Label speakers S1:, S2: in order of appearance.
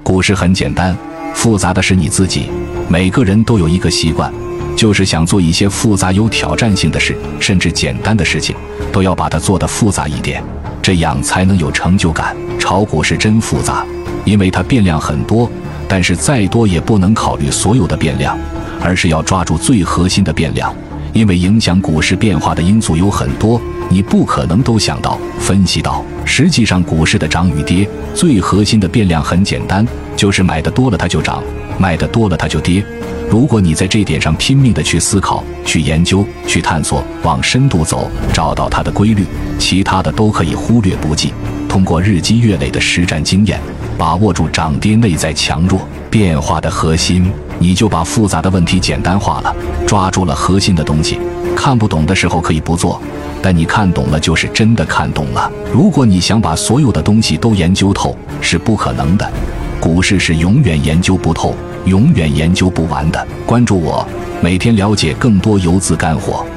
S1: 股市很简单，复杂的是你自己。每个人都有一个习惯，就是想做一些复杂有挑战性的事，甚至简单的事情都要把它做得复杂一点，这样才能有成就感。炒股是真复杂，因为它变量很多，但是再多也不能考虑所有的变量，而是要抓住最核心的变量。因为影响股市变化的因素有很多，你不可能都想到、分析到。实际上，股市的涨与跌，最核心的变量很简单，就是买的多了它就涨，卖的多了它就跌。如果你在这点上拼命地去思考、去研究、去探索，往深度走，找到它的规律，其他的都可以忽略不计。通过日积月累的实战经验，把握住涨跌内在强弱变化的核心，你就把复杂的问题简单化了，抓住了核心的东西。看不懂的时候可以不做，但你看懂了就是真的看懂了。如果你想把所有的东西都研究透，是不可能的。股市是永远研究不透、永远研究不完的。关注我，每天了解更多游资干货。